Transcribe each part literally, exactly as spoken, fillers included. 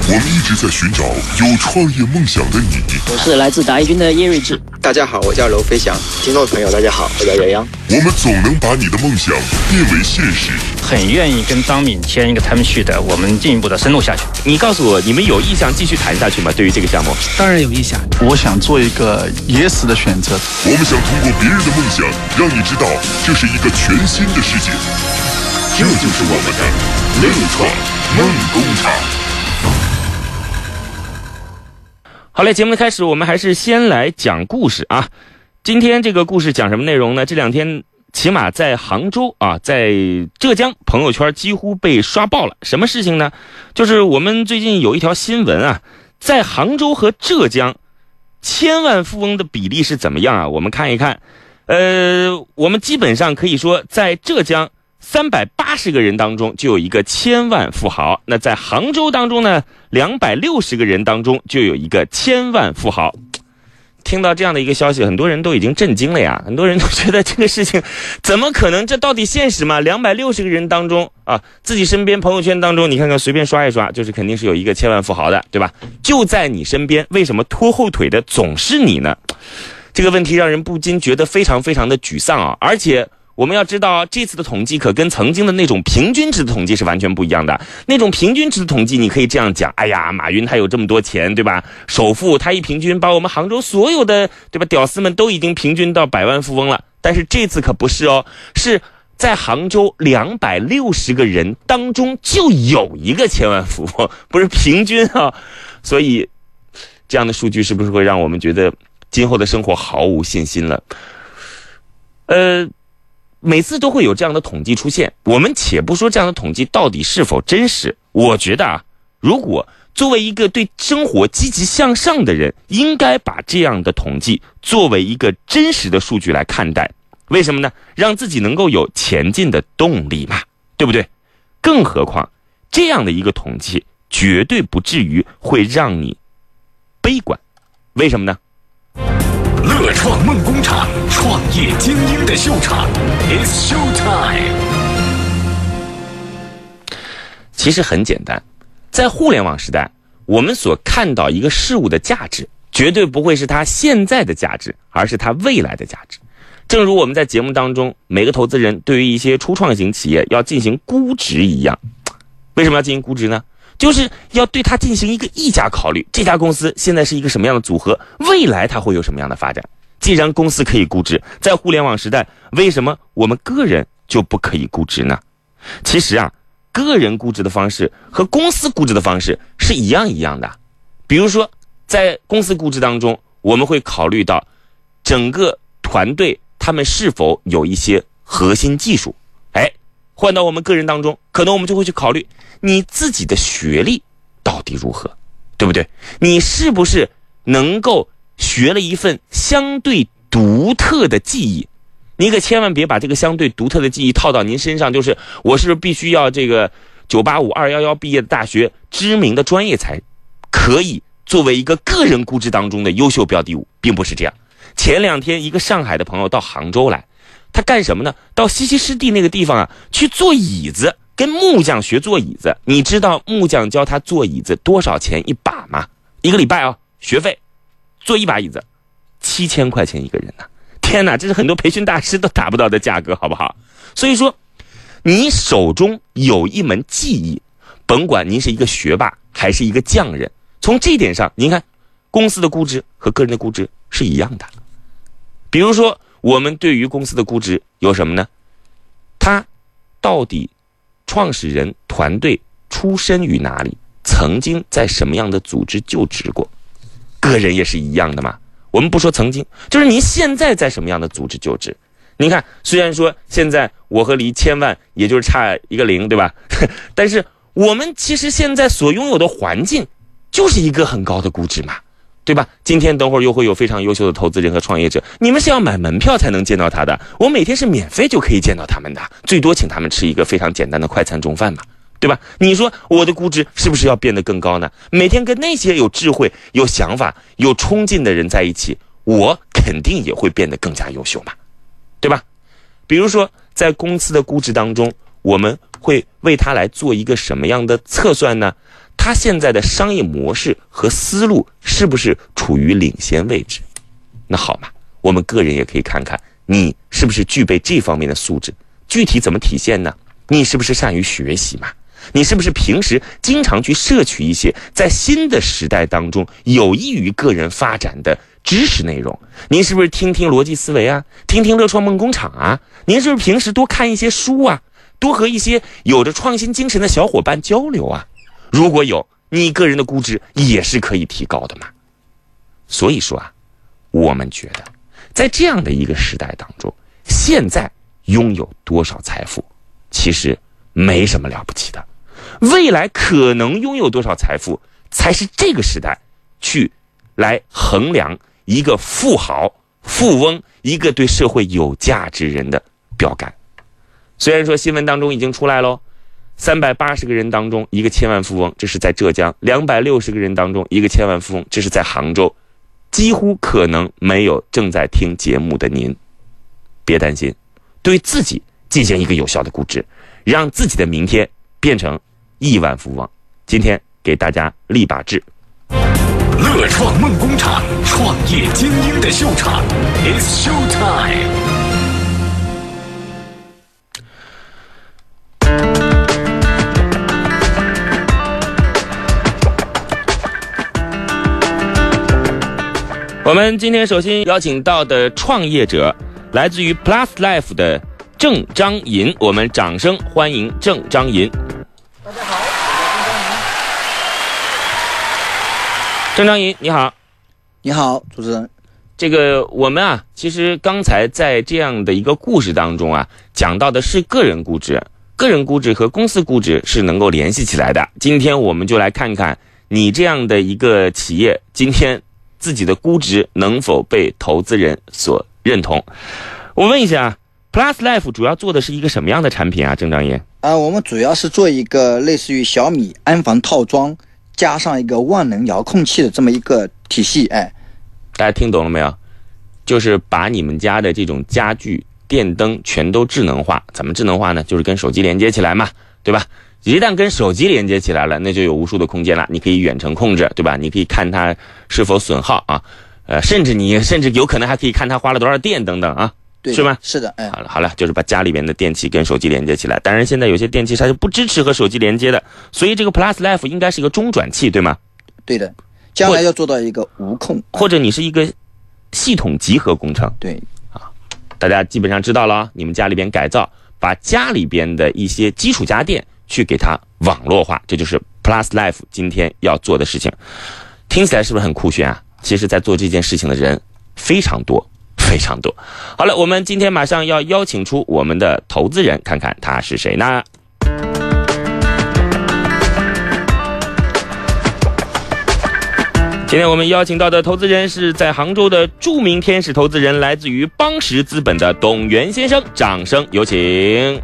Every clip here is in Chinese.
我们一直在寻找有创业梦想的你。 我是来自达一军的叶睿智。 大家好，我叫娄飞翔。 听众朋友大家好，我叫杨洋。 我们总能把你的梦想变为现实。 很愿意跟张敏签一个 term sheet 的，我们进一步的深入下去。 你告诉我，你们有意向继续谈下去吗？对于这个项目， 当然有意向。 我想做一个野史的选择。 我们想通过别人的梦想，让你知道这是一个全新的世界。这就是我们的乐创梦工厂。 好嘞，节目的开始，我们还是先来讲故事啊。今天这个故事讲什么内容呢？这两天起码在杭州啊，在浙江朋友圈几乎被刷爆了。什么事情呢？就是我们最近有一条新闻啊，在杭州和浙江，千万富翁的比例是怎么样啊？我们看一看。呃，我们基本上可以说，在浙江三百八十个人当中就有一个千万富豪，那在杭州当中呢，两百六十个人当中就有一个千万富豪。听到这样的一个消息，很多人都已经震惊了呀，很多人都觉得这个事情怎么可能？这到底现实吗？两百六十个人当中啊，自己身边朋友圈当中，你看看随便刷一刷，就是肯定是有一个千万富豪的，对吧？就在你身边，为什么拖后腿的总是你呢？这个问题让人不禁觉得非常非常的沮丧啊！而且我们要知道，这次的统计可跟曾经的那种平均值的统计是完全不一样的。那种平均值的统计，你可以这样讲：哎呀，马云他有这么多钱，对吧？首富他一平均，把我们杭州所有的对吧屌丝们都已经平均到百万富翁了。但是这次可不是哦，是在杭州两百六十个人当中就有一个千万富翁，不是平均啊。所以这样的数据是不是会让我们觉得今后的生活毫无信心了？呃。每次都会有这样的统计出现，我们且不说这样的统计到底是否真实，我觉得啊，如果作为一个对生活积极向上的人，应该把这样的统计作为一个真实的数据来看待。为什么呢？让自己能够有前进的动力嘛，对不对？更何况这样的一个统计绝对不至于会让你悲观。为什么呢？ 乐创梦工厂，创业精英的秀场 ，It's show time。 其实很简单，在互联网时代，我们所看到一个事物的价值，绝对不会是它现在的价值，而是它未来的价值。正如我们在节目当中，每个投资人对于一些初创型企业要进行估值一样。为什么要进行估值呢？就是要对它进行一个溢价考虑，这家公司现在是一个什么样的组合，未来它会有什么样的发展。既然公司可以估值，在互联网时代，为什么我们个人就不可以估值呢？其实啊，个人估值的方式和公司估值的方式是一样一样的。比如说在公司估值当中，我们会考虑到整个团队他们是否有一些核心技术。哎，换到我们个人当中，可能我们就会去考虑你自己的学历到底如何，对不对？你是不是能够学了一份相对独特的技艺？你可千万别把这个相对独特的技艺套到您身上，就是我是不是必须要这个九八五、二一一毕业的大学知名的专业才可以作为一个个人估值当中的优秀标的物，并不是这样。前两天一个上海的朋友到杭州来，他干什么呢？到西溪湿地那个地方啊，去做椅子，跟木匠学做椅子。你知道木匠教他做椅子多少钱一把吗？一个礼拜啊，学费做一把椅子七千块钱一个人呢、啊！天哪，这是很多培训大师都达不到的价格，好不好？所以说，你手中有一门技艺，甭管您是一个学霸还是一个匠人，从这一点上，您看，公司的估值和个人的估值是一样的。比如说，我们对于公司的估值有什么呢？他到底创始人团队出身于哪里？曾经在什么样的组织就职过？个人也是一样的嘛。我们不说曾经，就是您现在在什么样的组织就职。您看，虽然说现在我和离千万也就是差一个零，对吧？但是我们其实现在所拥有的环境就是一个很高的估值嘛，对吧？今天等会儿又会有非常优秀的投资人和创业者，你们是要买门票才能见到他的，我每天是免费就可以见到他们的，最多请他们吃一个非常简单的快餐中饭嘛，对吧？你说我的估值是不是要变得更高呢？每天跟那些有智慧、有想法、有冲劲的人在一起，我肯定也会变得更加优秀嘛，对吧？比如说在公司的估值当中，我们会为他来做一个什么样的测算呢？ 它现在的商业模式和思路是不是处于领先位置？那好嘛，我们个人也可以看看你是不是具备这方面的素质，具体怎么体现呢？你是不是善于学习嘛？你是不是平时经常去摄取一些在新的时代当中有益于个人发展的知识内容？您是不是听听逻辑思维啊，听听乐创梦工厂啊？您是不是平时多看一些书啊，多和一些有着创新精神的小伙伴交流啊？如果有，你个人的估值也是可以提高的嘛。所以说啊，我们觉得在这样的一个时代当中，现在拥有多少财富其实没什么了不起的，未来可能拥有多少财富才是这个时代去来衡量一个富豪、富翁，一个对社会有价值人的标杆。虽然说新闻当中已经出来咯，三百八十个人当中一个千万富翁，这是在浙江；两百六十个人当中一个千万富翁，这是在杭州。几乎可能没有正在听节目的您，别担心，对自己进行一个有效的估值，让自己的明天变成亿万富翁。今天给大家立把志。 乐创梦工厂，创业精英的秀场 ，It's Show Time。 我们今天首先邀请到的创业者来自于 Plus Life 的郑章银，我们掌声欢迎郑章银。 大家好，我叫郑章银。郑章银，你好。 你好，主持人。 这个我们啊，其实刚才在这样的一个故事当中啊，讲到的是个人估值，个人估值和公司估值是能够联系起来的。今天我们就来看看你这样的一个企业，今天自己的估值能否被投资人所认同。我问一下 Plus Life 主要做的是一个什么样的产品啊，郑章银？ 呃，我们主要是做一个类似于小米安防套装加上一个万能遥控器的这么一个体系。哎， 大家听懂了没有？就是把你们家的这种家具、电灯全都智能化。怎么智能化呢？就是跟手机连接起来嘛，对吧？一旦跟手机连接起来了，那就有无数的空间了，你可以远程控制，对吧？你可以看它是否损耗啊，呃，甚至你甚至有可能还可以看它花了多少电等等啊， 对， 是吗？ 是的，哎， 好了好了，就是把家里面的电器跟手机连接起来。当然，现在有些电器它是不支持和手机连接的，所以这个 Plus Life 应该是一个中转器，对吗？ 对的，将来要做到一个无控， 或者你是一个系统集合工程， 对啊，大家基本上知道了，你们家里边改造，把家里边的一些基础家电去给它网络化，这就是 Plus Life 今天要做的事情。听起来是不是很酷炫啊？其实在做这件事情的人非常多非常多。好了，我们今天马上要邀请出我们的投资人，看看他是谁呢？今天我们邀请到的投资人是在杭州的著名天使投资人，来自于邦石资本的董源先生，掌声有请。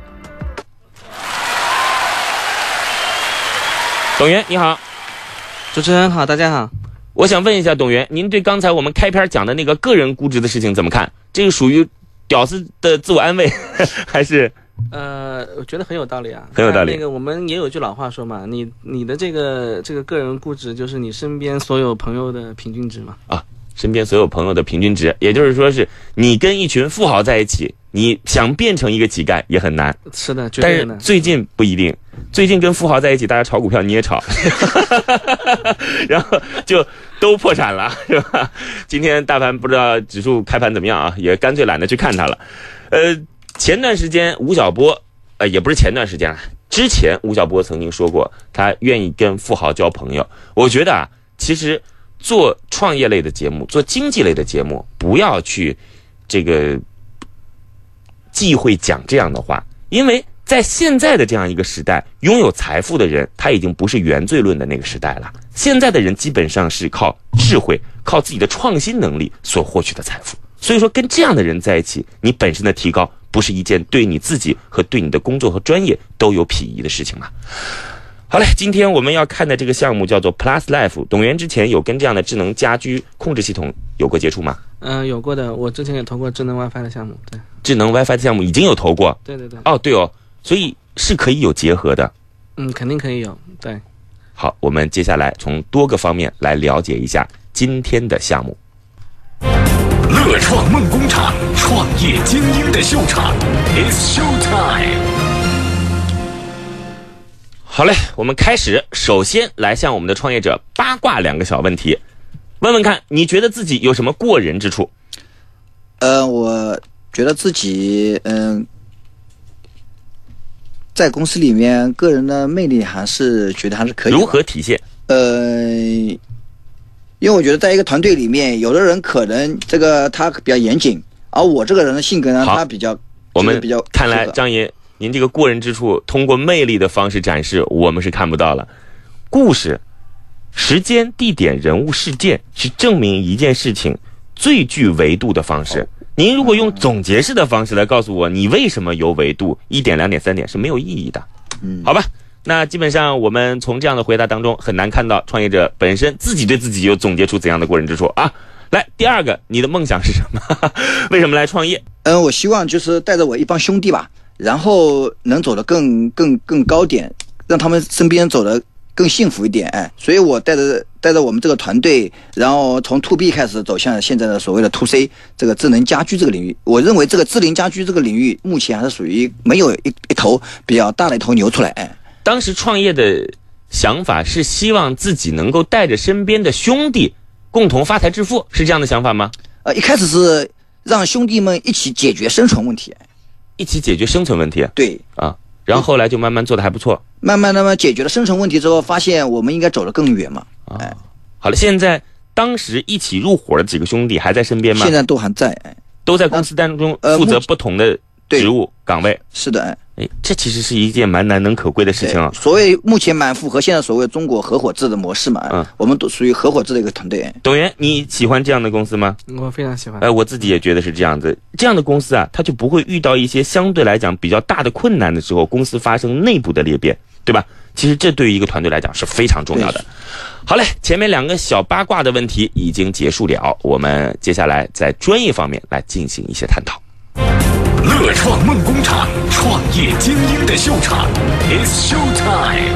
董源你好。 主持人好，大家好。 我想问一下董源，您对刚才我们开篇讲的那个个人估值的事情怎么看？这个属于屌丝的自我安慰还是呃我觉得很有道理啊， 很有道理。 那个我们也有句老话说嘛，你你的这个这个个人估值就是你身边所有朋友的平均值嘛。 啊，身边所有朋友的平均值，也就是说是你跟一群富豪在一起，你想变成一个乞丐也很难。 是的，绝对难。 但是最近不一定，最近跟富豪在一起，大家炒股票你也炒然后就都破产了，是吧？今天大盘不知道指数开盘怎么样啊，也干脆懒得去看它了。呃，前段时间吴晓波，呃，也不是前段时间了，之前吴晓波曾经说过，他愿意跟富豪交朋友。我觉得啊，其实做创业类的节目，做经济类的节目，不要去这个忌讳讲这样的话，因为在现在的这样一个时代，拥有财富的人他已经不是原罪论的那个时代了。现在的人基本上是靠智慧，靠自己的创新能力所获取的财富。所以说跟这样的人在一起，你本身的提高不是一件对你自己和对你的工作和专业都有裨益的事情吗？好嘞，今天我们要看的这个项目叫做 Plus Life。董源之前有跟这样的智能家居控制系统有过接触吗？ 嗯、呃，有过的，我之前也投过智能 WiFi 的项目。对， 智能 WiFi 的项目已经有投过。 对对对。 哦，对哦，所以是可以有结合的。 嗯，肯定可以有。对。 好，我们接下来从多个方面来了解一下今天的项目。 乐创梦工厂，创业精英的秀场 ，It's Show Time。 好嘞，我们开始。首先来向我们的创业者八卦两个小问题，问问看，你觉得自己有什么过人之处？ 呃，我觉得自己嗯、呃，在公司里面个人的魅力还是觉得还是可以。 如何体现？ 呃，因为我觉得在一个团队里面，有的人可能这个他比较严谨，而我这个人的性格呢，他比较我们比较看来张爷您这个过人之处通过魅力的方式展示，我们是看不到了。故事、时间、地点、人物、事件是证明一件事情最具维度的方式。您如果用总结式的方式来告诉我你为什么有维度，一点、两点、三点是没有意义的。 嗯， 好吧。那基本上我们从这样的回答当中很难看到创业者本身自己对自己有总结出怎样的过人之处啊。来，第二个，你的梦想是什么？为什么来创业？ 嗯，我希望就是带着我一帮兄弟吧，然后能走得更更更高点，让他们身边走得更幸福一点。哎，所以我带着带着我们这个团队，然后从 to B 开始走向现在的所谓的 to C 这个智能家居这个领域。我认为这个智能家居这个领域目前还是属于没有一一头比较大的一头牛出来。哎， 当时创业的想法是希望自己能够带着身边的兄弟共同发财致富，是这样的想法吗？ 呃，一开始是让兄弟们一起解决生存问题， 一起解决生存问题。 对啊，然后后来就慢慢做得还不错。 慢慢慢慢解决了生存问题之后，发现我们应该走得更远嘛。哎、 啊，好了，现在当时一起入伙的几个兄弟还在身边吗？ 现在都还在，哎， 都在公司当中负责不同的职务、呃、岗位。 是的，哎。 哎，这其实是一件蛮难能可贵的事情啊。 所谓目前蛮符合现在所谓中国合伙制的模式嘛，嗯，我们都属于合伙制的一个团队。 董源，你喜欢这样的公司吗？ 我非常喜欢。 哎，我自己也觉得是这样子。这样的公司啊，它就不会遇到一些相对来讲比较大的困难的时候，公司发生内部的裂变，对吧？其实这对于一个团队来讲是非常重要的。好嘞，前面两个小八卦的问题已经结束了，我们接下来在专业方面来进行一些探讨。 乐创梦工厂，创业精英的秀场 ，It's Show Time。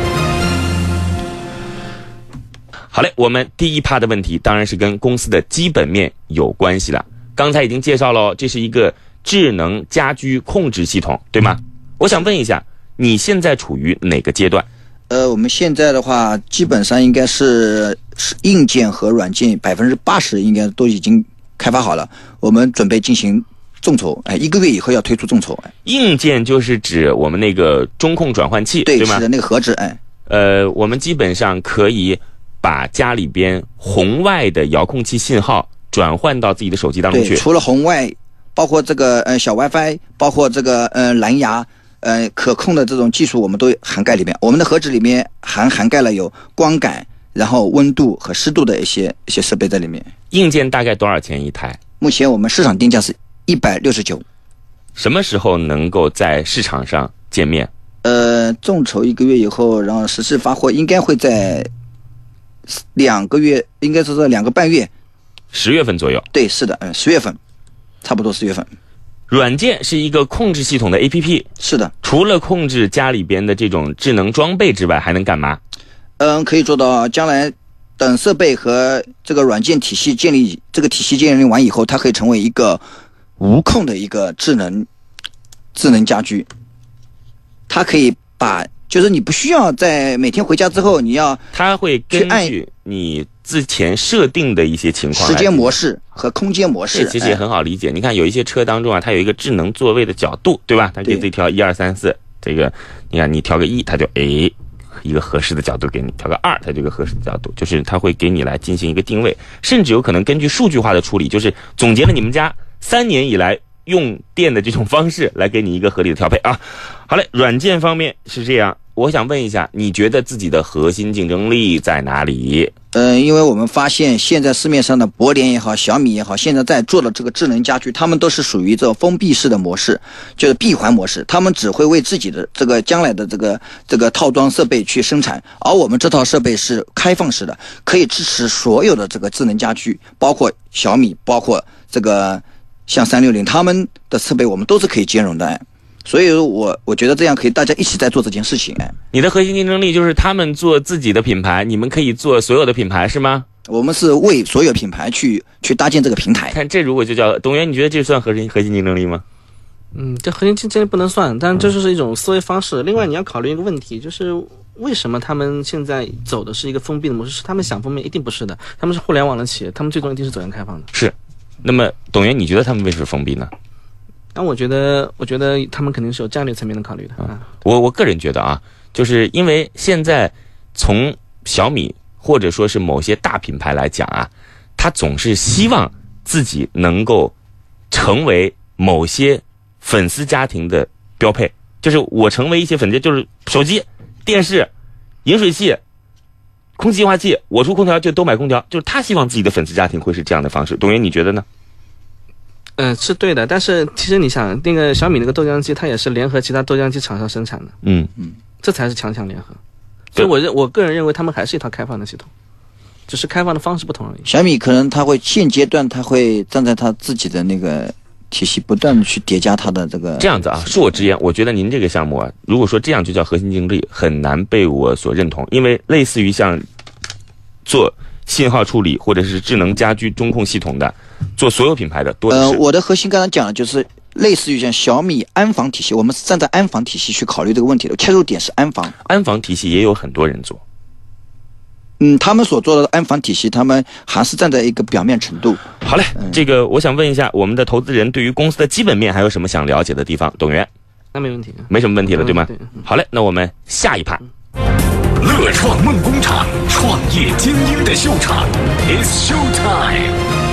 好嘞，我们第一趴的问题当然是跟公司的基本面有关系了。刚才已经介绍了，这是一个智能家居控制系统，对吗？我想问一下，你现在处于哪个阶段？ 呃，我们现在的话，基本上应该是硬件和软件百分之八十应该都已经开发好了，我们准备进行众筹，哎，一个月以后要推出众筹。哎， 硬件就是指我们那个中控转换器， 对， 对吗？ 是的，那个盒子，哎， 呃，我们基本上可以把家里边红外的遥控器信号转换到自己的手机当中去。 对，除了红外，包括这个呃小 WiFi， 包括这个呃蓝牙，呃可控的这种技术，我们都涵盖里面。我们的盒子里面含涵盖了有光感，然后温度和湿度的一些一些设备在里面。 硬件大概多少钱一台？ 目前我们市场定价是一百六十九。 什么时候能够在市场上见面？ 呃，众筹一个月以后，然后实施发货，应该会在两个月，应该是在两个半月， 十月份左右。 对，是的，嗯，十月份，差不多十月份。 软件是一个控制系统的 A P P， 是的。 除了控制家里边的这种智能装备之外，还能干嘛？ 嗯，可以做到将来等设备和这个软件体系建立，这个体系建立完以后，它可以成为一个无控的一个智能智能家居。它可以把，就是你不需要在每天回家之后，你要它会根据你之前设定的一些情况， 时间模式和空间模式， 其实也很好理解。你看有一些车当中啊，它有一个智能座位的角度，对吧？它可以自己调一二三四，这个你看你调个一，它就诶一个合适的角度给你；调个二，它这个合适的角度，就是它会给你来进行一个定位，甚至有可能根据数据化的处理，就是总结了你们家三年以来用电的这种方式来给你一个合理的调配啊。好嘞，软件方面是这样，我想问一下，你觉得自己的核心竞争力在哪里？ 嗯，因为我们发现现在市面上的博联也好，小米也好，现在在做的这个智能家居，他们都是属于这种封闭式的模式，就是闭环模式，他们只会为自己的这个将来的这个这个套装设备去生产，而我们这套设备是开放式的，可以支持所有的这个智能家居，包括小米，包括这个像三六零他们的设备，我们都是可以兼容的。 所以我我觉得这样可以大家一起在做这件事情。哎， 你的核心竞争力就是他们做自己的品牌，你们可以做所有的品牌是吗？ 我们是为所有品牌去去搭建这个平台。 看这如果就叫董源，你觉得这算核心核心竞争力吗？ 嗯，这核心竞争力不能算，但这就是一种思维方式。另外，你要考虑一个问题，就是为什么他们现在走的是一个封闭的模式？是他们想封闭？一定不是的，他们是互联网的企业，他们最终一定是走向开放的。 是。那么，董源，你觉得他们为什么封闭呢？ 那我觉得，我觉得他们肯定是有战略层面的考虑的啊。 我我个人觉得啊，就是因为现在从小米或者说是某些大品牌来讲啊，他总是希望自己能够成为某些粉丝家庭的标配，就是我成为一些粉丝，就是手机、电视、饮水器、空气净化器，我出空调就都买空调，就是他希望自己的粉丝家庭会是这样的方式。董源，你觉得呢？ 嗯、呃，是对的，但是其实你想，那个小米那个豆浆机，它也是联合其他豆浆机厂商生产的， 嗯嗯， 这才是强强联合。所以我认我个人认为，他们还是一套开放的系统，只是开放的方式不同而已。 小米可能他会现阶段他会站在他自己的那个体系，不断的去叠加他的这个。 这样子啊，恕我直言，我觉得您这个项目啊，如果说这样就叫核心竞争力，很难被我所认同，因为类似于像做信号处理或者是智能家居中控系统的，做所有品牌的多的是。 呃，我的核心刚才讲的就是类似于像小米安防体系，我们是站在安防体系去考虑这个问题的，切入点是安防。 安防体系也有很多人做。 嗯，他们所做的安防体系，他们还是站在一个表面程度。 好嘞，嗯、这个我想问一下，我们的投资人对于公司的基本面还有什么想了解的地方？董源， 那没问题， 没什么问题了，对吗？ 对好嘞，那我们下一趴。 乐创梦工厂，创业精英的秀场 ，It's Show Time。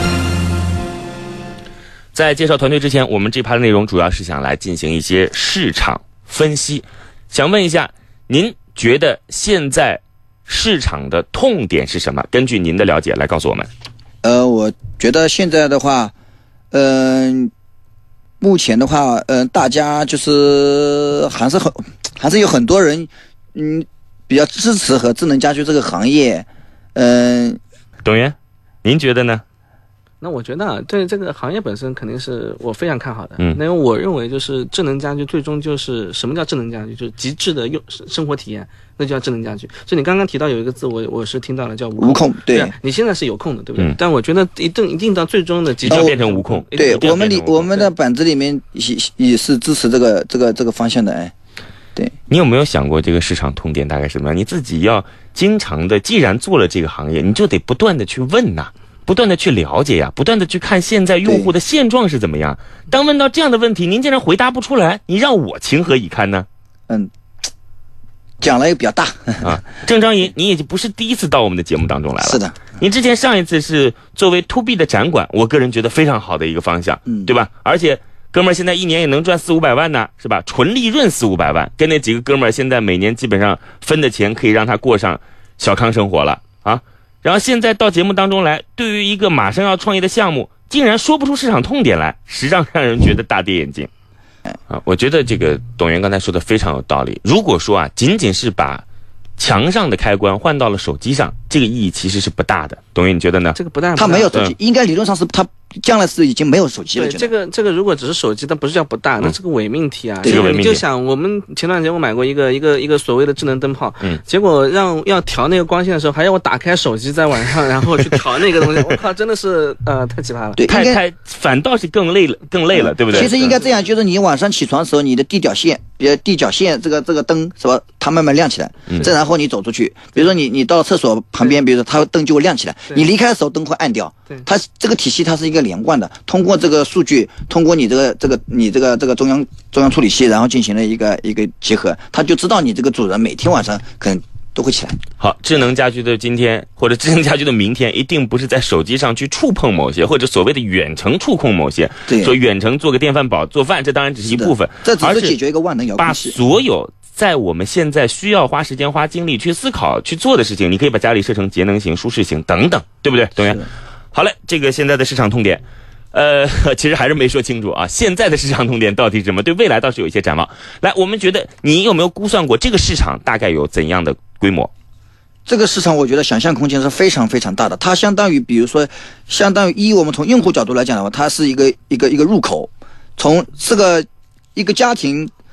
在介绍团队之前，我们这趴的内容主要是想来进行一些市场分析。想问一下，您觉得现在市场的痛点是什么？根据您的了解来告诉我们。 呃，我觉得现在的话，嗯、呃，目前的话，嗯、呃，大家就是还是很，还是有很多人，嗯。比较支持和智能家居这个行业，嗯、呃， 董源，您觉得呢？ 那我觉得啊，对这个行业本身肯定是我非常看好的。 嗯， 因为我认为就是智能家居最终就是什么叫智能家居，就是极致的用生活体验，那就叫智能家居。所以你刚刚提到有一个字我，我我是听到了叫无控。 无控，对， 对你现在是有控的，对不对？ 嗯、 但我觉得一定一定到最终的极致变成无控。 对，我们里我们的板子里面也也是支持这个这个这个方向的，哎。对， 你有没有想过这个市场痛点大概是什么样？你自己要经常的，既然做了这个行业，你就得不断的去问呐、啊，不断的去了解呀、啊，不断的去看现在用户的现状是怎么样。当问到这样的问题，您竟然回答不出来，你让我情何以堪呢？ 嗯，讲了也比较大啊。郑张银，你已经不是第一次到我们的节目当中来了。 是的， 您之前上一次是作为 to B 的展馆，我个人觉得非常好的一个方向， 嗯， 对吧？而且。哥们儿现在一年也能赚四五百万呢，是吧？纯利润四五百万，跟那几个哥们儿现在每年基本上分的钱可以让他过上小康生活了啊。然后现在到节目当中来，对于一个马上要创业的项目，竟然说不出市场痛点来，实让让人觉得大跌眼镜啊。我觉得这个董源刚才说的非常有道理。如果说啊，仅仅是把墙上的开关换到了手机上，这个意义其实是不大的。董源，你觉得呢？ 这个不大， 他没有手机，应该理论上是他将来是已经没有手机了。 对，这个这个如果只是手机，但不是叫不大，那是个伪命题啊。 这个伪命题。 你就想，我们前段时间我买过一个一个一个所谓的智能灯泡， 嗯， 结果让要调那个光线的时候，还要我打开手机在晚上，然后去调那个东西，我靠，真的是呃太奇葩了。 对， 太太反倒是更累了，更累了，对不对？ 其实应该这样，就是你晚上起床的时候，你的地脚线，比如地脚线这个这个灯是吧，它慢慢亮起来， 嗯， 再然后你走出去，比如说你你到了厕所旁边，比如说它灯就会亮起来，你离开的时候灯会暗掉。它这个体系它是一个连贯的，通过这个数据，通过你这个这个你这个这个中央中央处理器，然后进行了一个一个结合，它就知道你这个主人每天晚上可能都会起来。 好，智能家居的今天或者智能家居的明天，一定不是在手机上去触碰某些，或者所谓的远程触控某些。 对， 说远程做个电饭煲做饭，这当然只是一部分， 这只是解决一个万能遥控器。 把所有在我们现在需要花时间花精力去思考去做的事情，你可以把家里设成节能型、舒适型等等，对不对？董源，好嘞，这个现在的市场痛点。呃，其实还是没说清楚啊。现在的市场痛点到底是什么？对未来倒是有一些展望。来，我们觉得你有没有估算过这个市场大概有怎样的规模？ 这个市场我觉得想象空间是非常非常大的。它相当于，比如说，相当于一我们从用户角度来讲的话，它是一个一个一个入口，从这个一个家庭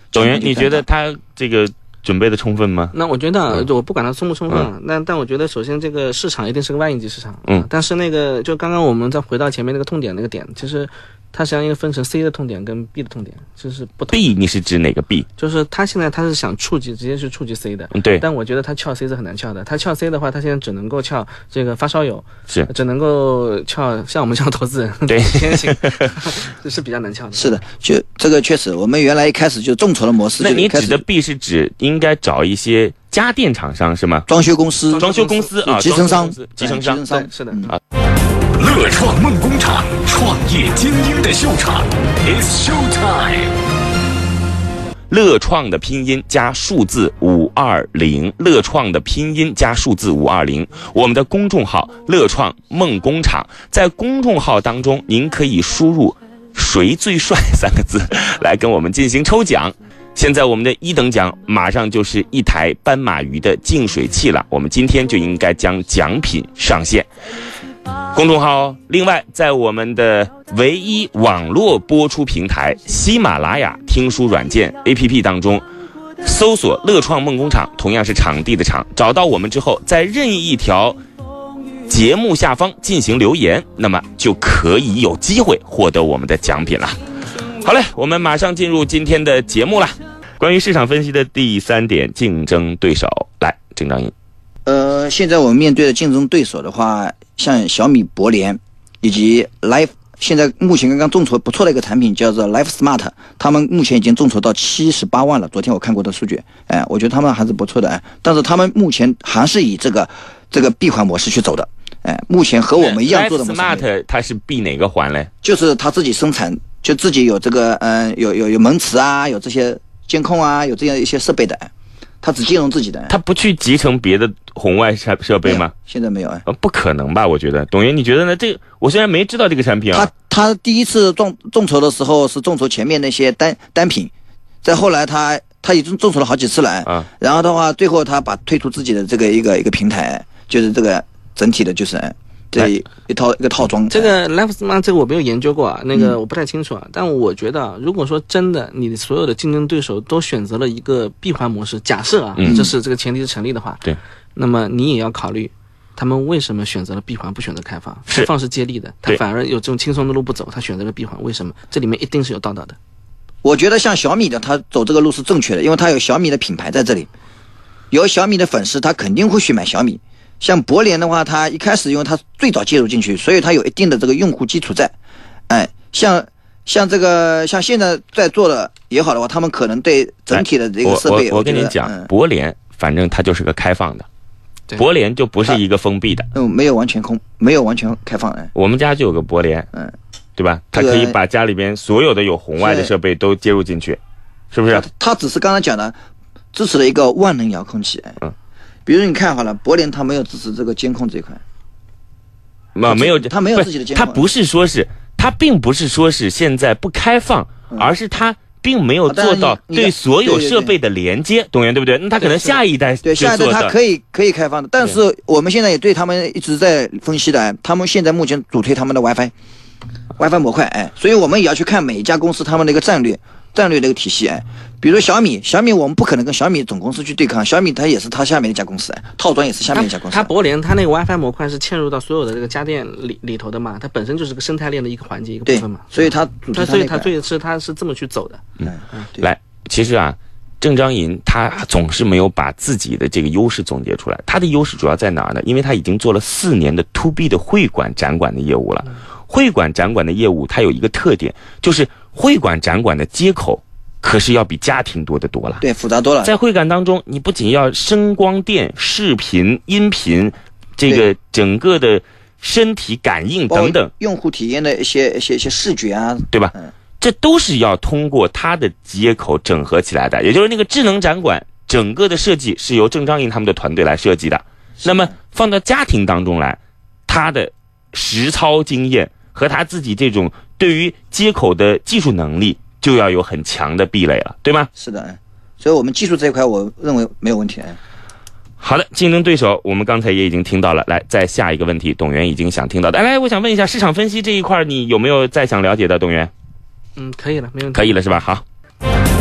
董源，你觉得他这个准备的充分吗？ 那我觉得、 嗯、 我不管它充不充分、啊， 嗯、 但但我觉得首先这个市场一定是个万亿级市场， 嗯， 但是那个就刚刚我们再回到前面那个痛点那个点，其实它实际上应该分成 C 的痛点跟 B 的痛点，就是不同。 B 你是指哪个 B？ 就是他现在他是想触及直接去触及 C 的， 嗯，对。 但我觉得他撬 C 是很难撬的，他撬 C 的话，他现在只能够撬这个发烧友， 是只能够撬像我们这样投资人， 对， 天行，这是比较难撬的。 是的，就这个确实，我们原来一开始就众筹的模式就。 那你指的 B 是指应该找一些家电厂商是吗？ 装修公司、 装修公司啊， 集成商、 集成商， 商是的啊。 乐创梦工厂，创业精英的秀场 ，It's Show Time。 乐创的拼音加数字五二零，乐创的拼音加数字五二零。我们的公众号“乐创梦工厂”，在公众号当中，您可以输入“谁最帅”三个字来跟我们进行抽奖。现在我们的一等奖马上就是一台斑马鱼的净水器了，我们今天就应该将奖品上线。公众号，另外在我们的唯一网络播出平台喜马拉雅听书软件 A P P 当中搜索乐创梦工厂，同样是场地的场，找到我们之后，在任意一条节目下方进行留言，那么就可以有机会获得我们的奖品了。好嘞，我们马上进入今天的节目了。关于市场分析的第三点，竞争对手，来，郑章英。 呃，现在我们面对的竞争对手的话，像小米、博联以及 Life， 现在目前刚刚众筹不错的一个产品叫做 Life Smart， 他们目前已经众筹到七十八万了。昨天我看过的数据，哎，我觉得他们还是不错的，哎，但是他们目前还是以这个这个闭环模式去走的，哎，目前和我们一样做的模式。 Life Smart 它是闭哪个环嘞？ 就是他自己生产，就自己有这个嗯、呃，有有有门磁啊，有这些监控啊，有这样一些设备的。他只兼容自己的， 他不去集成别的红外设备吗？ 现在没有哎、 呃，不可能吧？我觉得，董源，你觉得呢？这个我虽然没知道这个产品啊， 他他第一次众众筹的时候是众筹前面那些单单品，再后来他他已经众筹了好几次了啊，然后的话，最后他把推出自己的这个一个一个平台，就是这个整体的就是。这一套一个套装， 这个 Life Smart 这个我没有研究过啊，那个我不太清楚啊。嗯、但我觉得啊，如果说真的你所有的竞争对手都选择了一个闭环模式，假设啊，嗯、这是这个前提是成立的话， 对， 那么你也要考虑他们为什么选择了闭环，不选择开放？开放是接力的，他反而有这种轻松的路不走，他选择了闭环，为什么？这里面一定是有道道的。 我觉得像小米的，他走这个路是正确的，因为他有小米的品牌在这里，有小米的粉丝，他肯定会去买小米。像博联的话，它一开始因为它最早介入进去，所以它有一定的这个用户基础在。哎，像像这个像现在在做的也好的话，他们可能对整体的这个设备， 我我, 我跟你讲，嗯、博联反正它就是个开放的，博联就不是一个封闭的， 嗯，没有完全空，没有完全开放。哎， 我们家就有个博联，嗯，对吧？它可以把家里边所有的有红外的设备都接入进去，是不是？ 它只是刚才讲的支持了一个万能遥控器，哎，嗯。比如你看好了，博联它没有支持这个监控这一块， 啊，没有， 它没有自己的监控。 它不是说是，它并不是说是现在不开放，嗯、而是它并没有做到对所有设备的连接，董源对不对？那它可能下一代对下一代它可以可以开放的，但是我们现在也对他们一直在分析的，他们现在目前主推他们的 WiFi，WiFi 模块，哎，所以我们也要去看每一家公司他们的一个战略。战略的一个体系，哎，比如小米，小米我们不可能跟小米总公司去对抗，小米它也是它下面的一家公司，哎，套装也是下面一家公司。 它博联它那个 WiFi 模块是嵌入到所有的这个家电里里头的嘛，它本身就是个生态链的一个环节一个部分嘛， 所以它它所以它最是它是这么去走的。 嗯，嗯来，其实啊，郑章银他总是没有把自己的这个优势总结出来，他的优势主要在哪儿呢？因为他已经做了四年的 to B 的会馆展馆的业务了。会馆展馆的业务它有一个特点，就是会馆展馆的接口可是要比家庭多得多了， 对，复杂多了。 在会馆当中，你不仅要声光电、视频、音频，这个整个的身体感应等等， 用户体验的一些一些一些视觉啊， 对吧？嗯，这都是要通过它的接口整合起来的。也就是那个智能展馆，整个的设计是由郑章银他们的团队来设计的。那么放到家庭当中来，他的实操经验和他自己这种对于接口的技术能力，就要有很强的壁垒了，对吗？ 是的，所以我们技术这一块，我认为没有问题。 好的，竞争对手我们刚才也已经听到了，来，再下一个问题，董源已经想听到的，来，我想问一下市场分析这一块，你有没有再想了解的，董源？ 嗯，可以了，没问题。 可以了是吧？好。 乐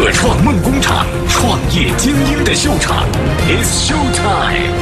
乐创梦工厂，创业精英的秀场 ，It's Show Time。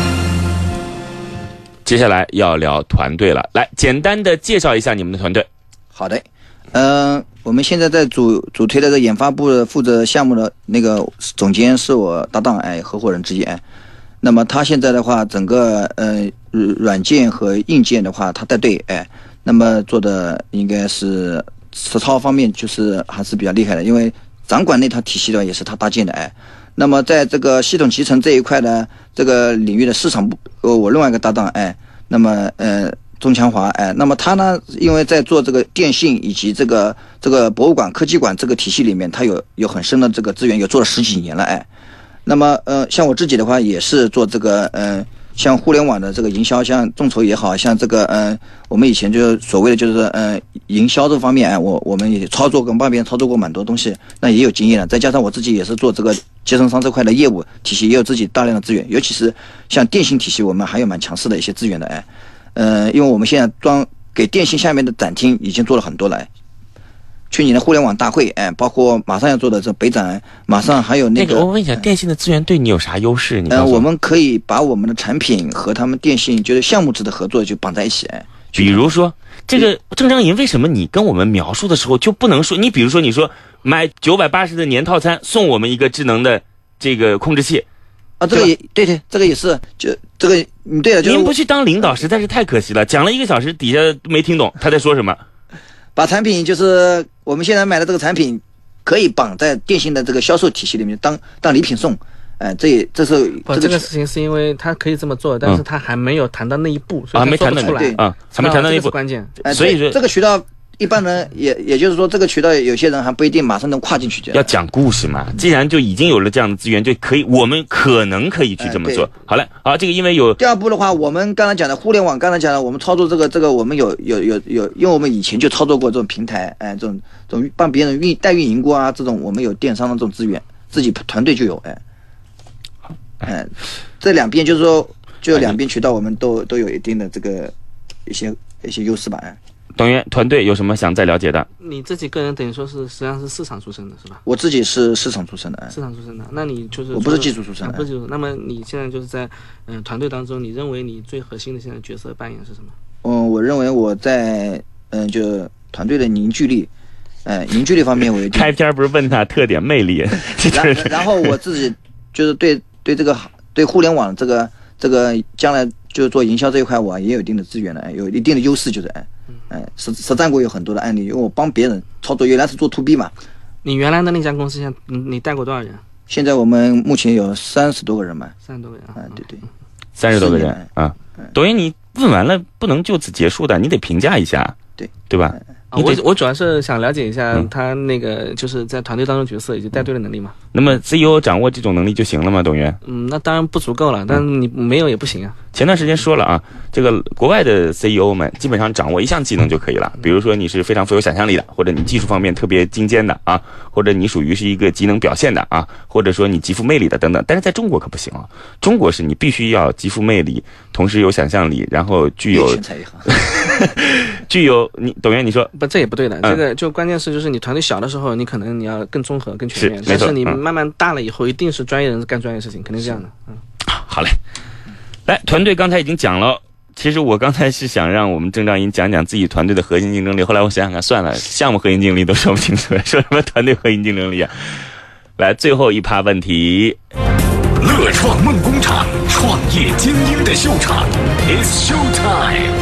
接下来要聊团队了，来简单的介绍一下你们的团队。 好的，嗯、呃，我们现在在主主推的这个研发部的负责项目的那个总监是我搭档哎，合伙人之一哎。那么他现在的话，整个呃软件和硬件的话，他带队哎，那么做的应该是实操方面就是还是比较厉害的，因为掌管那套体系的也是他搭建的哎。那么在这个系统集成这一块的这个领域的市场部，呃，我另外一个搭档哎，那么呃钟强华哎，那么他呢，因为在做这个电信以及这个这个博物馆、科技馆这个体系里面，他有有很深的这个资源，有做了十几年了哎。那么呃，像我自己的话，也是做这个呃，像互联网的这个营销，像众筹也好像这个呃，我们以前就是所谓的就是呃营销这方面哎，我我们也操作跟帮别人操作过蛮多东西，那也有经验了。再加上我自己也是做这个接生商这块的业务体系，也有自己大量的资源，尤其是像电信体系，我们还有蛮强势的一些资源的哎。呃，因为我们现在装给电信下面的展厅已经做了很多了。去年的互联网大会，哎，包括马上要做的这北展，马上还有那个。 那个，我问一下，电信的资源对你有啥优势？你呃，我们可以把我们的产品和他们电信就是项目制的合作就绑在一起，哎。 比如说，这个郑张银，为什么你跟我们描述的时候就不能说？你比如说，你说买九百八十的年套餐送我们一个智能的这个控制器。 啊，这个也对对，这个也是，就这个，嗯，对了，就是您不去当领导实在是太可惜了。讲了一个小时，底下没听懂他在说什么。 把产品就是我们现在买的这个产品，可以绑在电信的这个销售体系里面当当礼品送，哎、呃，这也这是不、这个事情是因为他可以这么做，但是他还没有谈到那一步，所以他做不出来啊，还没谈到那一步， 关键。 哎， 所以说这个渠道。一般人也也就是说，这个渠道有些人还不一定马上能跨进去。 要讲故事嘛，既然就已经有了这样的资源，就可以，我们可能可以去这么做。哎、好嘞，好，这个因为有第二步的话，我们刚才讲的互联网，刚才讲的我们操作这个这个，我们有有有有，因为我们以前就操作过这种平台，哎，这种这种帮别人运代运营过啊，这种我们有电商的这种资源，自己团队就有，哎，哎，这两边就是说，就两边渠道我们都都有一定的这个一些一些优势吧，哎。 董源团队有什么想再了解的？ 你自己个人等于说是实际上是市场出身的是吧？ 我自己是市场出身的， 市场出身的。那你就是我不是技术出身的， 啊、不是技术。那么你现在就是在嗯、呃、团队当中，你认为你最核心的现在角色扮演是什么？ 嗯，我认为我在嗯、呃、就团队的凝聚力，呃凝聚力方面我有点。 开篇不是问他特点魅力， 然然后我自己就是对对这个对互联网这个这个将来就是做营销这一块，我也有一定的资源的，有一定的优势，就是哎。哎，实实战过有很多的案例，因为我帮别人操作，原来是做 to B 嘛。 你原来的那家公司现在你带过多少人？ 现在我们目前有三十多个人嘛。 三十多个人啊， 对对， 三十多个人啊。董源，你问完了不能就此结束的，你得评价一下， 对对吧？ 啊、我我主要是想了解一下他那个就是在团队当中角色以及带队的能力嘛。 那么 C E O 掌握这种能力就行了吗？董源？ 嗯，那当然不足够了，但你没有也不行啊。 前段时间说了啊，这个国外的 C E O 们基本上掌握一项技能就可以了，比如说你是非常富有想象力的，或者你技术方面特别精尖的啊，或者你属于是一个极能表现的啊，或者说你极富魅力的等等。但是在中国可不行啊，中国是你必须要极富魅力，同时有想象力，然后具有具有你董源你说不，这也不对的。嗯、这个就关键是就是你团队小的时候，你可能你要更综合、更全面， 是但是你慢慢大了以后，一定是专业人干专业事情，肯定是这样的。嗯， 好嘞。来，团队刚才已经讲了，其实我刚才是想让我们郑张银讲讲自己团队的核心竞争力，后来我想想看，算了，项目核心竞争力都说不清楚了，说什么团队核心竞争力啊？来，最后一趴问题。 乐创梦工厂，创业精英的秀场 ，It's Show Time。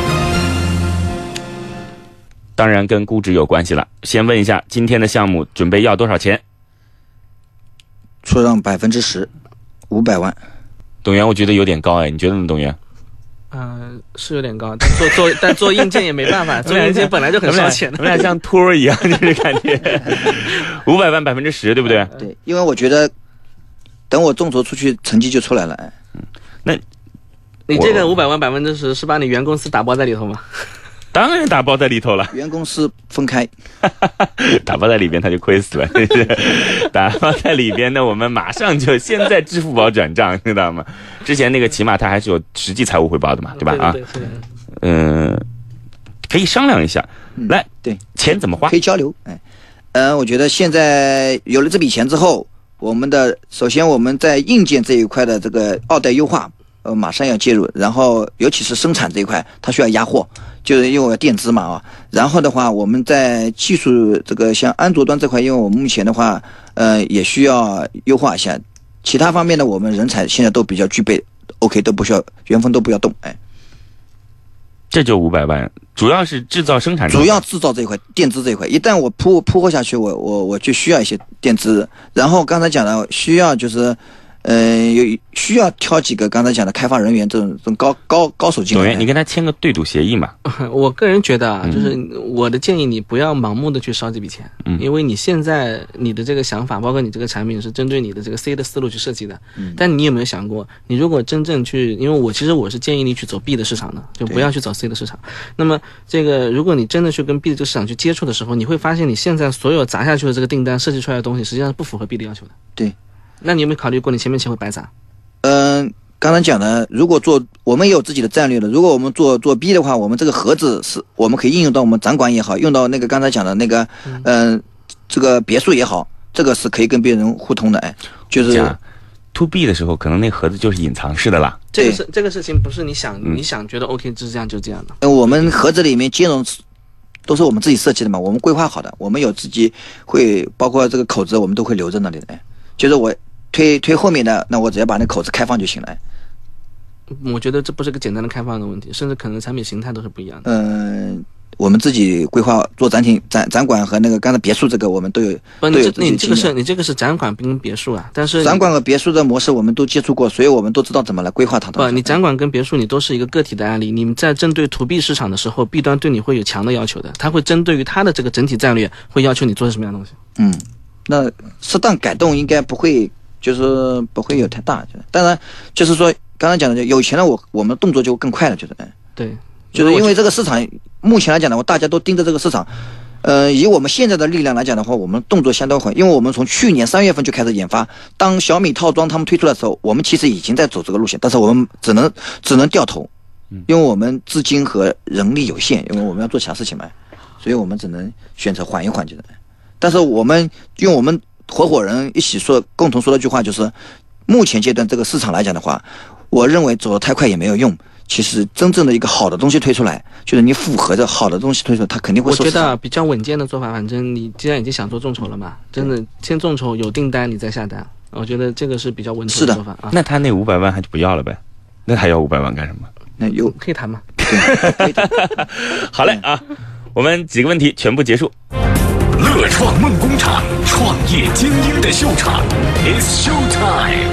当然跟估值有关系了，先问一下，今天的项目准备要多少钱？ 出让百分之十，五百万。 董源，我觉得有点高哎，你觉得呢，董源？ 呃，是有点高，但做做但做硬件也没办法，做硬件本来就很烧钱的。 我们俩像托一样，就是感觉五百万百分之十，对不对？ 对，因为我觉得等我众筹出去，成绩就出来了。哎， 嗯，那你这个五百万百分之十是把你原公司打包在里头吗？ 当然打包在里头了， 原公司分开， 打包在里边他就亏死了。打包在里边呢，我们马上就现在支付宝转账，知道吗？之前那个起码他还是有实际财务汇报的嘛，对吧？啊，嗯、呃，可以商量一下。来， 对， 钱怎么花？ 可以交流。哎， 嗯，我觉得现在有了这笔钱之后，我们的首先我们在硬件这一块的这个二代优化，呃，马上要介入，然后尤其是生产这一块，它需要压货，就是因为我要垫资嘛啊。然后的话，我们在技术这个像安卓端这块，因为我们目前的话，呃，也需要优化一下。其他方面的，我们人才现在都比较具备 ，OK， 都不需要，原封都不要动，哎。 这就五百万，主要是制造生产， 主要制造这一块，垫资这一块。一旦我铺铺货下去，我我我就需要一些垫资。然后刚才讲的需要就是，呃，有需要挑几个刚才讲的开发人员这种这种高高高手进来。 董源，你跟他签个对赌协议嘛？ 我个人觉得啊，就是我的建议，你不要盲目的去烧这笔钱，嗯、因为你现在你的这个想法，包括你这个产品是针对你的这个 C 的思路去设计的。嗯、但你有没有想过，你如果真正去，因为我其实我是建议你去走 B 的市场的，就不要去走 C 的市场。那么这个，如果你真的去跟 B 的这个市场去接触的时候，你会发现你现在所有砸下去的这个订单设计出来的东西，实际上是不符合 B 的要求的。 对。那你有没有考虑过，你前面钱会白砸？ 嗯、呃，刚才讲的，如果做我们也有自己的战略的。如果我们做做 B 的话，我们这个盒子是我们可以应用到我们展馆也好，用到那个刚才讲的那个，嗯、呃，这个别墅也好，这个是可以跟别人互通的。哎，就是讲 to B 的时候，可能那盒子就是隐藏式的啦。 这个是这个事情不是你想、嗯、你想觉得 OK 就是这样就这样的。 呃，我们盒子里面兼容都是我们自己设计的嘛，我们规划好的，我们有自己会包括这个口子，我们都会留在那里的。哎，就是我。推推后面的，那我只要把那口子开放就行了。 我觉得这不是个简单的开放的问题，甚至可能产品形态都是不一样的。 嗯、呃，我们自己规划做展厅、展展馆和那个刚才别墅这个，我们都有。 不， 你这你这个是你这个是展馆跟别墅啊，但是展馆和别墅的模式我们都接触过，所以我们都知道怎么来规划它的。 不，你展馆跟别墅你都是一个个体的案例，你们在针对 to B 市场的时候 ，B 端对你会有强的要求的，它会针对于它的这个整体战略，会要求你做什么样的东西。 嗯，那适当改动应该不会。就是不会有太大，当然就是说刚才讲的，有钱了我我们动作就更快了，就是对， 就是因为这个市场目前来讲的话，大家都盯着这个市场，呃，以我们现在的力量来讲的话，我们动作相当快，因为我们从去年三月份就开始研发，当小米套装他们推出的时候，我们其实已经在走这个路线，但是我们只能只能掉头，因为我们资金和人力有限，因为我们要做其他事情嘛，所以我们只能选择缓一缓，就是但是我们用我们合伙人一起说，共同说的一句话就是，目前阶段这个市场来讲的话，我认为走得太快也没有用。其实真正的一个好的东西推出来，就是你符合着好的东西推出来，它肯定会受市场。 我觉得比较稳健的做法，反正你既然已经想做众筹了嘛，真的先众筹有订单你再下单，我觉得这个是比较稳妥的做法啊。 那他那五百万还就不要了呗？那还要五百万干什么？ 那有可以谈吗？ 可以谈。 好嘞啊，我们几个问题全部结束。 乐创梦工厂，创业精英的秀场 ，It's Show Time。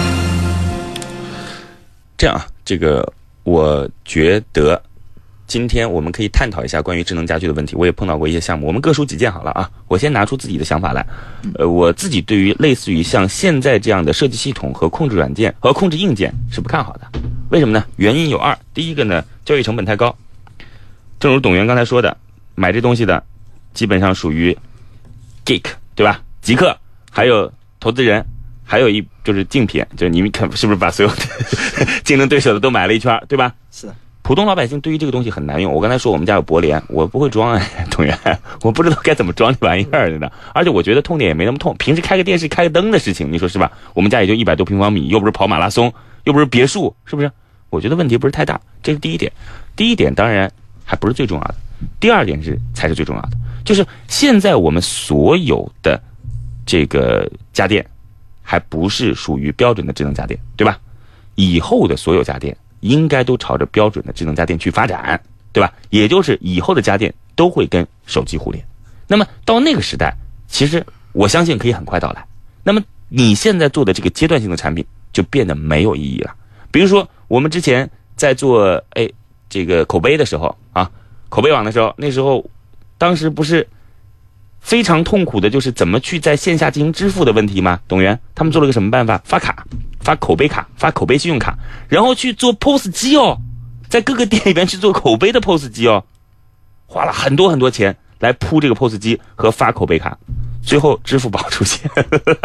这样啊，这个我觉得今天我们可以探讨一下关于智能家居的问题。我也碰到过一些项目，我们各抒己见好了啊。我先拿出自己的想法来，呃，我自己对于类似于像现在这样的设计系统和控制软件和控制硬件是不看好的。为什么呢？原因有二。第一个呢，交易成本太高。正如董源刚才说的，买这东西的基本上属于 geek 对吧？极客，还有投资人，还有一就是竞品，就是你们看是不是把所有的竞争对手的都买了一圈，对吧？ 是。 普通老百姓对于这个东西很难用。我刚才说我们家有博联，我不会装哎，同学，我不知道该怎么装这玩意儿的。而且我觉得痛点也没那么痛，平时开个电视、开个灯的事情，你说是吧？我们家也就一百多平方米，又不是跑马拉松，又不是别墅，是不是？我觉得问题不是太大，这是第一点。第一点当然还不是最重要的，第二点是才是最重要的，就是现在我们所有的这个家电还不是属于标准的智能家电，对吧？以后的所有家电应该都朝着标准的智能家电去发展，对吧？也就是以后的家电都会跟手机互联。那么到那个时代，其实我相信可以很快到来。那么你现在做的这个阶段性的产品就变得没有意义了。比如说我们之前在做哎这个口碑的时候啊，口碑网的时候，那时候当时不是非常痛苦的就是怎么去在线下进行支付的问题吗？董源他们做了个什么办法？发卡，发口碑卡，发口碑信用卡，然后去做 P O S 机哦，在各个店里边去做口碑的 P O S 机哦，花了很多很多钱来铺这个 P O S 机和发口碑卡，最后支付宝出现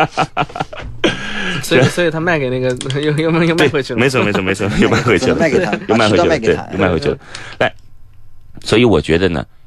所以所以他卖给那个又又又卖回去了， 没错没错没错，又卖回去了， 卖给他， 又卖回去了， 对， 又卖回去了。来，所以我觉得呢，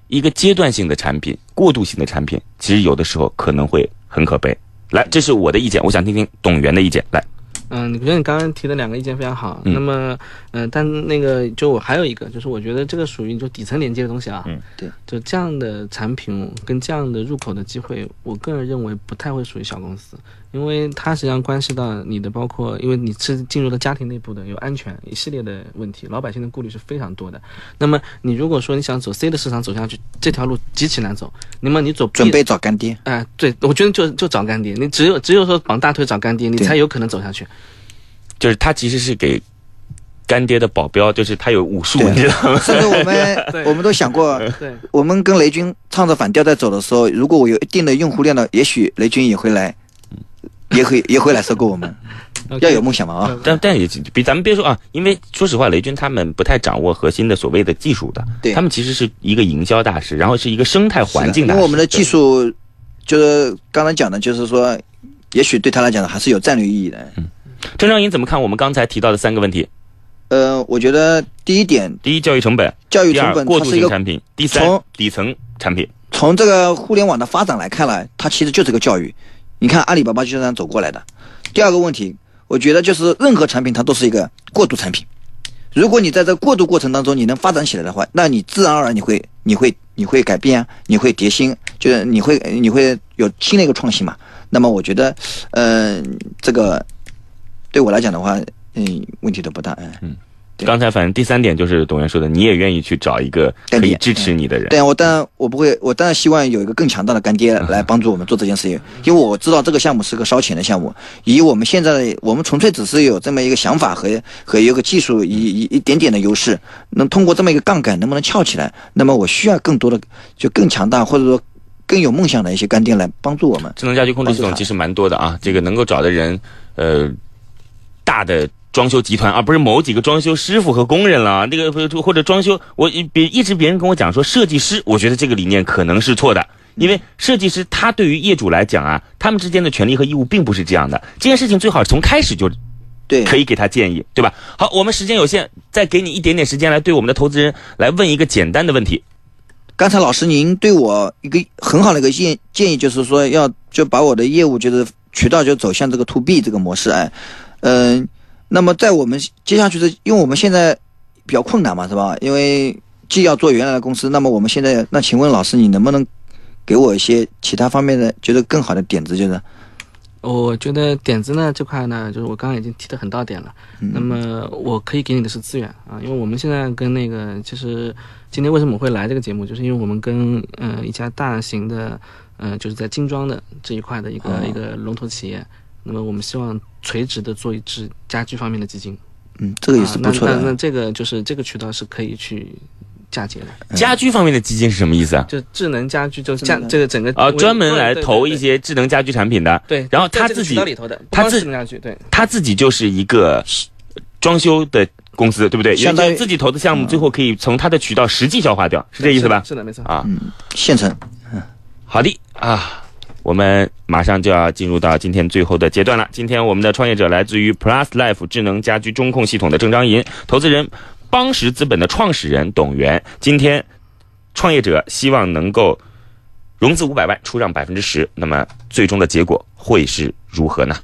一个阶段性的产品、过渡性的产品，其实有的时候可能会很可悲。来，这是我的意见，我想听听董源的意见。来。 嗯，我觉得你刚刚提的两个意见非常好。 嗯、 那么，嗯、呃，但那个就我还有一个，就是我觉得这个属于就底层连接的东西啊。 嗯， 对， 就这样的产品跟这样的入口的机会，我个人认为不太会属于小公司，因为它实际上关系到你的，包括因为你是进入了家庭内部的，有安全一系列的问题，老百姓的顾虑是非常多的。那么你如果说你想走 C 的市场走下去，这条路极其难走。那么你走 B， 准备找干爹。 哎、呃，对，我觉得就就找干爹，你只有只有说绑大腿找干爹，你才有可能走下去。 就是他其实是给干爹的保镖，就是他有武术，你知道吗？ 甚至我们我们都想过，我们跟雷军唱着反调在走的时候，如果我有一定的用户量的，也许雷军也会来，也会也会来收购我们。要有梦想嘛啊！ 但但也比咱们别说啊，因为说实话，雷军他们不太掌握核心的所谓的技术的， 对， 他们其实是一个营销大师，然后是一个生态环境大师。 因为我们的技术，就是刚才讲的，就是说，也许对他来讲还是有战略意义的。 嗯。郑章银怎么看我们刚才提到的三个问题？ 呃，我觉得第一点， 第一教育成本， 教育成本第二过渡性产品，第三底层产品。 从这个互联网的发展来看来，它其实就是个教育。你看阿里巴巴就是这样走过来的。第二个问题，我觉得就是任何产品它都是一个过渡产品。如果你在这个过渡过程当中你能发展起来的话，那你自然而然你会你会你会改变啊，你会迭新，就是你会你会有新的一个创新嘛。那么我觉得，呃，这个。对我来讲的话，嗯，问题都不大。 嗯，刚才反正第三点就是董源说的，你也愿意去找一个可以支持你的人。 对啊，我当然我不会，我当然希望有一个更强大的干爹来帮助我们做这件事情，因为我知道这个项目是个烧钱的项目。以我们现在的，我们纯粹只是有这么一个想法和和一个技术一一一点点的优势，能通过这么一个杠杆能不能翘起来？那么我需要更多的，就更强大或者说更有梦想的一些干爹来帮助我们。 智能家居控制系统其实蛮多的啊，这个能够找的人，呃。大的装修集团而不是某几个装修师傅和工人了，这个或者装修，我别一直别人跟我讲说设计师，我觉得这个理念可能是错的，因为设计师他对于业主来讲啊，他们之间的权利和义务并不是这样的，这件事情最好从开始就对可以给他建议，对吧？好，我们时间有限，再给你一点点时间来对我们的投资人来问一个简单的问题。 刚才老师您对我一个很好的一个建建议，就是说要就把我的业务就是渠道就走向这个 to B 这个模式，哎。嗯、呃，那么在我们接下去的，因为我们现在比较困难嘛，是吧？因为既要做原来的公司，那么我们现在，那请问老师，你能不能给我一些其他方面的觉得更好的点子？就是， 我觉得点子呢这块呢，就是我刚刚已经提的很到点了。嗯、那么我可以给你的是资源啊，因为我们现在跟那个，其实今天为什么我会来这个节目，就是因为我们跟呃一家大型的呃就是在精装的这一块的一个、哦、一个龙头企业。那么我们希望垂直的做一支家居方面的基金， 嗯，这个也是不错的。 啊、那, 那, 那这个就是这个渠道是可以去嫁接的。 家居方面的基金是什么意思啊？ 就智能家居，就是家这个整个啊，专门来投一些智能家居产品的。 对， 然后他自己里头的， 他自智能家居，对， 他自己就是一个装修的公司，对不对？相当于自己投的项目，最后可以从他的渠道实际消化掉，是这意思吧？ 是的，没错啊， 嗯，现成， 嗯，好的啊。我们马上就要进入到今天最后的阶段了。今天我们的创业者来自于 Plus Life 智能家居中控系统的郑章银，投资人邦石资本的创始人董源。今天创业者希望能够融资五百万，出让百分之十，那么最终的结果会是如何呢？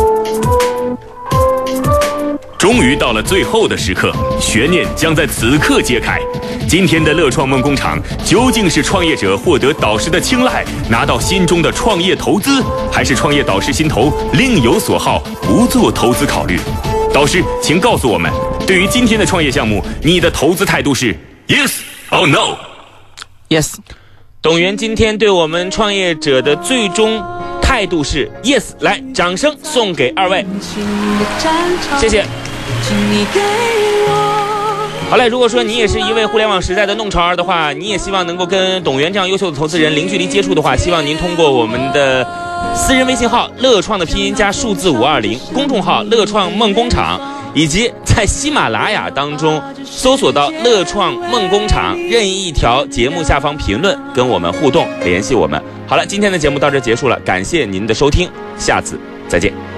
终于到了最后的时刻，悬念将在此刻揭开。今天的乐创梦工厂究竟是创业者获得导师的青睐，拿到心中的创业投资，还是创业导师心头另有所好，不做投资考虑？导师，请告诉我们，对于今天的创业项目，你的投资态度是 yes or no？Yes。 董源今天对我们创业者的最终态度是 yes， 来，掌声送给二位，谢谢。好嘞，如果说你也是一位互联网时代的弄潮儿的话，你也希望能够跟董源这样优秀的投资人零距离接触的话，希望您通过我们的私人微信号乐创的拼音加数字五二零，公众号乐创梦工厂，以及在喜马拉雅当中搜索到乐创梦工厂，任意一条节目下方评论跟我们互动，联系我们。好了，今天的节目到这结束了，感谢您的收听，下次再见。